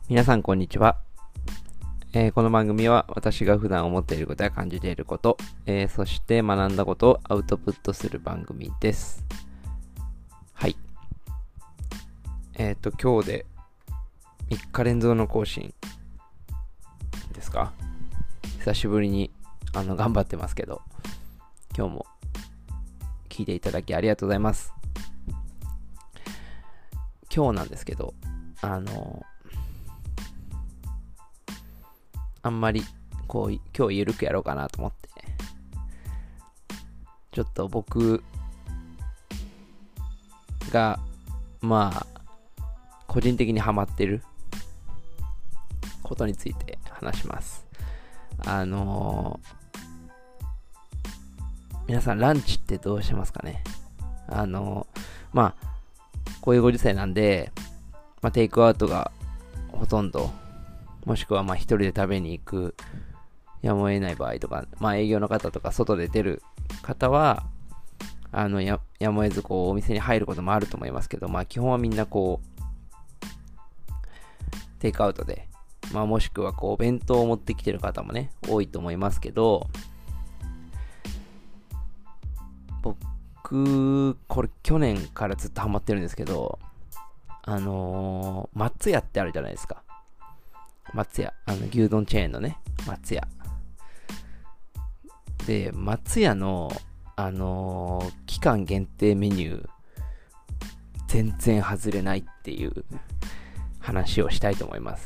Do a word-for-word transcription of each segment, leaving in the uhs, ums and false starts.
皆さんこんにちは、えーこの番組は私が普段思っていることや感じていること、えーそして学んだことをアウトプットする番組です。はいえっ、と今日でみっか連続の更新ですか。久しぶりにあの頑張ってますけど、今日も聞いていただきありがとうございます。今日なんですけど、あのあんまりこう今日ゆるくやろうかなと思って、ちょっと僕がまあ個人的にハマってることについて話します。あのー、皆さんランチってどうしてますかね。あのー、まあこういうご時世なんで、まあ、テイクアウトがほとんど、もしくはまあ一人で食べに行くやむを得ない場合とか、まあ営業の方とか外で出る方はあの や, やむを得ずこうお店に入ることもあると思いますけど、まあ基本はみんなこうテイクアウトで、まあもしくはこうお弁当を持ってきてる方もね多いと思いますけど、僕これ去年からずっとハマってるんですけど、あのー、松屋ってあるじゃないですか。松屋、あの牛丼チェーンのね、松屋で、松屋のあのー、期間限定メニュー全然外れないっていう話をしたいと思います。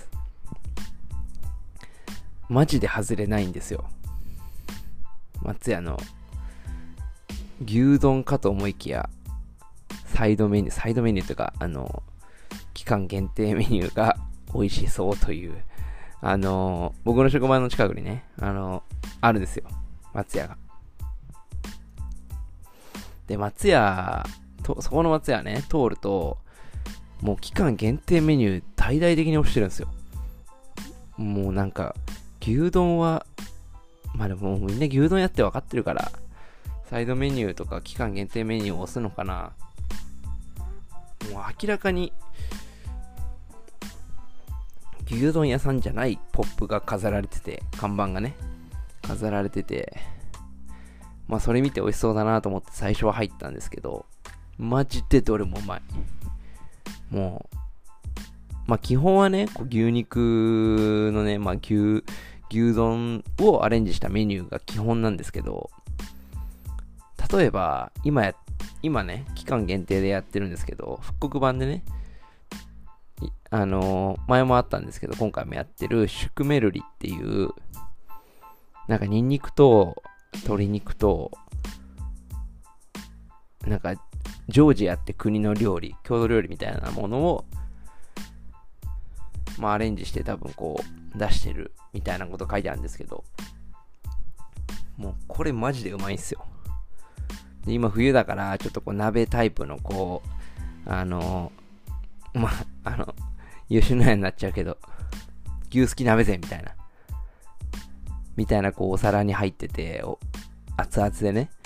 マジで外れないんですよ。松屋の牛丼かと思いきやサイドメニューサイドメニューというか、あの期間限定メニューが美味しそうという、あの僕の職場の近くにね、あのあるんですよ、松屋が。で、松屋とそこの松屋ね通ると、もう期間限定メニュー大々的に押してるんですよ。もうなんか牛丼はまあでもみんな牛丼やって分かってるから、サイドメニューとか期間限定メニューを押すのかな。もう明らかに牛丼屋さんじゃないポップが飾られてて、看板がね飾られてて、まあそれ見て美味しそうだなと思って最初は入ったんですけど、マジでどれもうまい。もうまあ基本はね、こう牛肉のね、まあ牛牛丼をアレンジしたメニューが基本なんですけど、例えば今や今ね期間限定でやってるんですけど、復刻版でね、あのー、前もあったんですけど今回もやってるシュクメルリっていう、なんかニンニクと鶏肉となんかジョージアって国の料理、郷土料理みたいなものをまあアレンジして多分こう出してるみたいなこと書いてあるんですけど、もうこれマジでうまいんすよ。で今冬だからちょっとこう鍋タイプのこうあのー、まああの優秀なやになっちゃうけど、牛すき鍋膳みたいなみたいなこうお皿に入ってて、お熱々でね、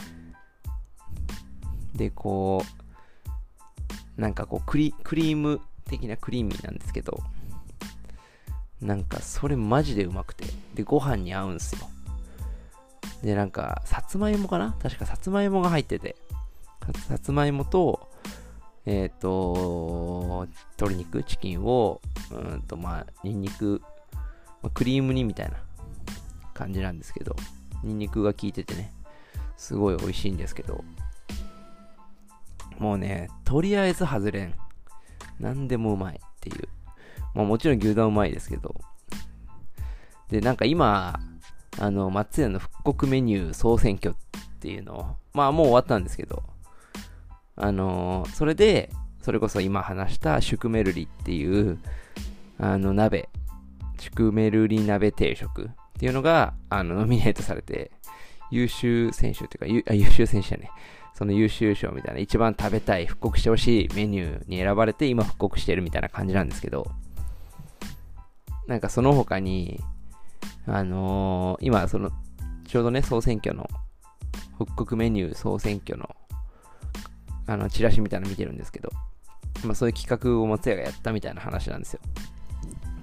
でこうなんかこうクリ、クリーム的なクリーミーなんですけど、なんかそれマジでうまくて、でご飯に合うんすよ。でなんかさつまいもかな、確かさつまいもが入ってて、さつまいもとえっ、ー、と鶏肉チキンをうんとまあニンニク、まあ、クリーム煮みたいな感じなんですけど、ニンニクが効いててねすごい美味しいんですけど、もうねとりあえず外れん、なんでもうまいっていう。まあもちろん牛丼うまいですけど、でなんか今あの松屋の復刻メニュー総選挙っていうのを、まあもう終わったんですけど、あのー、それでそれこそ今話したシュクメルリっていうあの鍋、シュクメルリ鍋定食っていうのがあのノミネートされて、優秀選手っていうか、あ優秀選手だね、その優秀賞みたいな、一番食べたい復刻してほしいメニューに選ばれて今復刻してるみたいな感じなんですけど、なんかその他にあのー、今そのちょうどね総選挙の復刻メニュー総選挙のあのチラシみたいなの見てるんですけど、まあそういう企画を松屋がやったみたいな話なんですよ。っ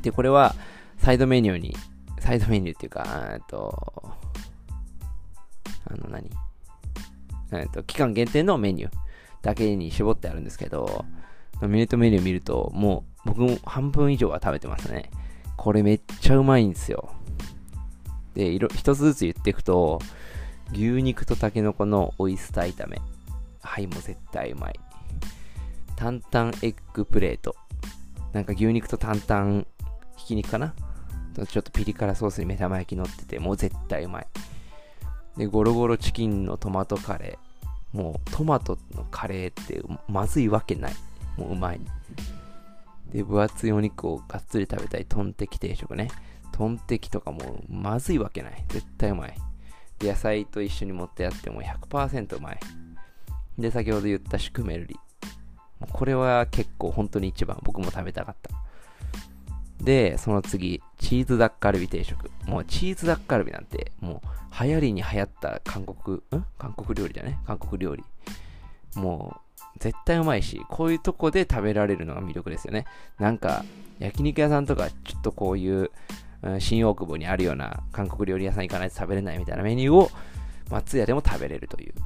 で、これはサイドメニューに、サイドメニューっていうか、えっと、あの何えっと、期間限定のメニューだけに絞ってあるんですけど、ノミネートメニュー見ると、もう僕も半分以上は食べてますね。これめっちゃうまいんですよ。で、いろ一つずつ言っていくと、牛肉とタケノコのオイスター炒め。はい、もう絶対うまい。担々エッグプレート。なんか牛肉と担々ひき肉かなちょっとピリ辛ソースに目玉焼き乗ってて、もう絶対うまい。で、ゴロゴロチキンのトマトカレー。もうトマトのカレーってまずいわけない。もううまい。で、分厚いお肉をがっつり食べたいトンテキ定食ね。トンテキとかもまずいわけない。絶対うまい。で、野菜と一緒に持ってやっても ひゃくパーセント うまい。で、先ほど言ったシュクメルリ。これは結構本当に一番僕も食べたかった。で、その次、チーズダッカルビ定食。もうチーズダッカルビなんて、もう流行りに流行った韓国、ん韓国料理だね。韓国料理。もう、絶対うまいし、こういうとこで食べられるのが魅力ですよね。なんか、焼肉屋さんとか、ちょっとこういう、うん、新大久保にあるような韓国料理屋さん行かないと食べれないみたいなメニューを、松屋でも食べれるという。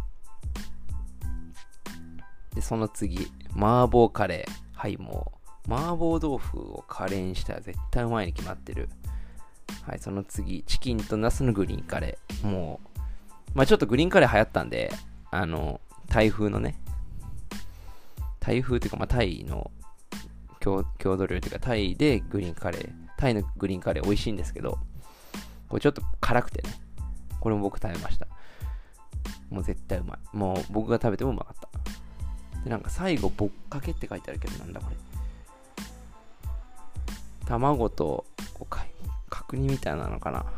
で、その次、麻婆カレー。はい、もう、麻婆豆腐をカレーにしたら絶対うまいに決まってる。はい、その次、チキンとナスのグリーンカレー。もう、まあちょっとグリーンカレー流行ったんで、あの、タイ風のね、タイ風っていうか、まあタイの郷土料理っていうか、タイでグリーンカレー、タイのグリーンカレー美味しいんですけど、これちょっと辛くてね、これも僕食べました。もう絶対うまい。もう僕が食べてもうまかった。で、なんか最後、ぼっかけって書いてあるけど、なんだこれ。卵と、こうか角煮みたいなのかな。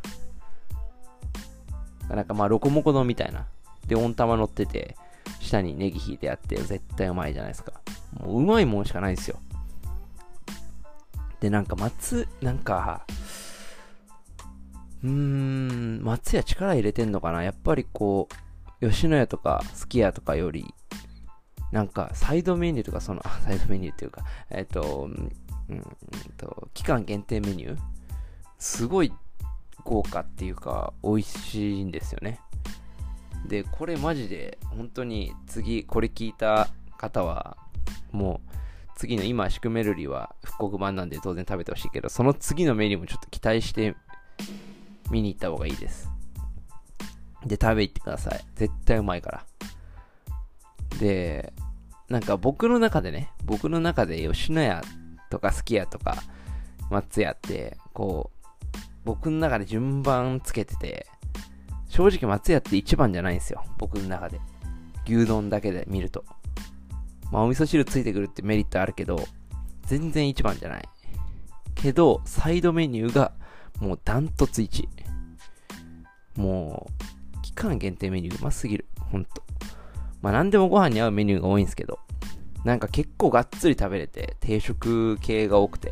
なんかまあ、ロコモコ丼みたいな。で、温玉乗ってて、下にネギ引いてあって、絶対うまいじゃないですか。もううまいもんしかないですよ。で、なんか松、なんか、うーん、松屋力入れてんのかな。やっぱりこう、吉野家とか、すき家とかより、なんか、サイドメニューとか、その、サイドメニューっていうか、えっと、うんと、期間限定メニューすごい豪華っていうか、美味しいんですよね。で、これマジで、本当に次、これ聞いた方は、もう、次の今、シュクメルリは復刻版なんで当然食べてほしいけど、その次のメニューもちょっと期待して見に行った方がいいです。で、食べ行ってください。絶対うまいから。で、なんか僕の中でね、僕の中で吉野家とかすき家とか松屋って、こう、僕の中で順番つけてて、正直松屋って一番じゃないんですよ。僕の中で。牛丼だけで見ると。まあお味噌汁ついてくるってメリットあるけど、全然一番じゃない。けど、サイドメニューがもうダントツいち。もう、期間限定メニューうますぎる。ほんと。まあ何でもご飯に合うメニューが多いんですけど、なんか結構がっつり食べれて、定食系が多くて、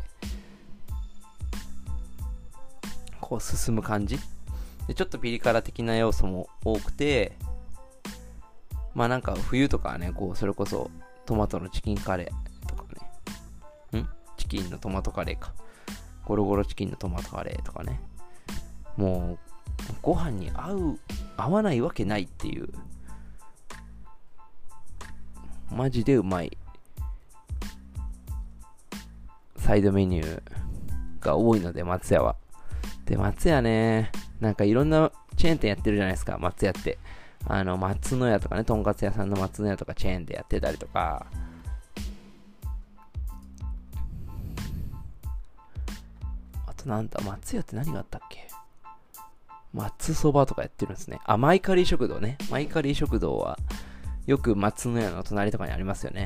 こう進む感じで、ちょっとピリ辛的な要素も多くて、まあなんか冬とかはね、こうそれこそトマトのチキンカレーとかね、んチキンのトマトカレーか。ゴロゴロチキンのトマトカレーとかね。もう、ご飯に合う、合わないわけないっていう、マジでうまいサイドメニューが多いので、松屋は。で、松屋ね、なんかいろんなチェーン店やってるじゃないですか、松屋って。あの、松の屋とかね、とんかつ屋さんの松の屋とかチェーンでやってたりとか、あとなんだ、松屋って何があったっけ？松そばとかやってるんですね。あ、マイカリー食堂ね。マイカリー食堂は、よく松の屋の隣とかにありますよね。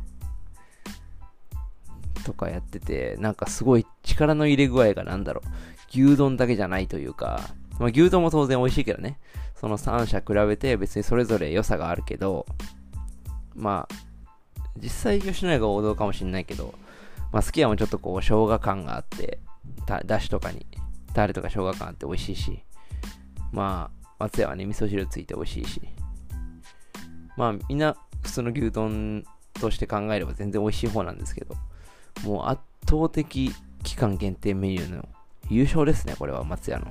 とかやってて、なんかすごい力の入れ具合がなんだろう。牛丼だけじゃないというか、まあ、牛丼も当然美味しいけどね。そのさん社比べて別にそれぞれ良さがあるけど、まあ、実際吉野家が王道かもしれないけど、まあすき家もちょっとこう生姜感があって、だしとかに、タレとか生姜感あって美味しいし、まあ、松屋はね、味噌汁ついて美味しいし、まあみんな普通の牛丼として考えれば全然美味しい方なんですけど、もう圧倒的期間限定メニューの優勝ですね、これは松屋の。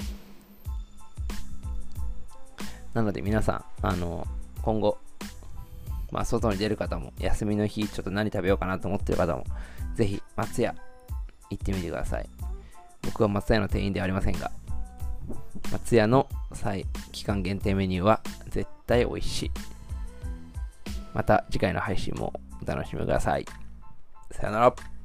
なので皆さん、あの、今後、まあ、外に出る方も、休みの日、ちょっと何食べようかなと思ってる方も、ぜひ、松屋、行ってみてください。僕は松屋の店員ではありませんが、松屋の再期間限定メニューは絶対美味しい。また次回の配信もお楽しみください。さよなら。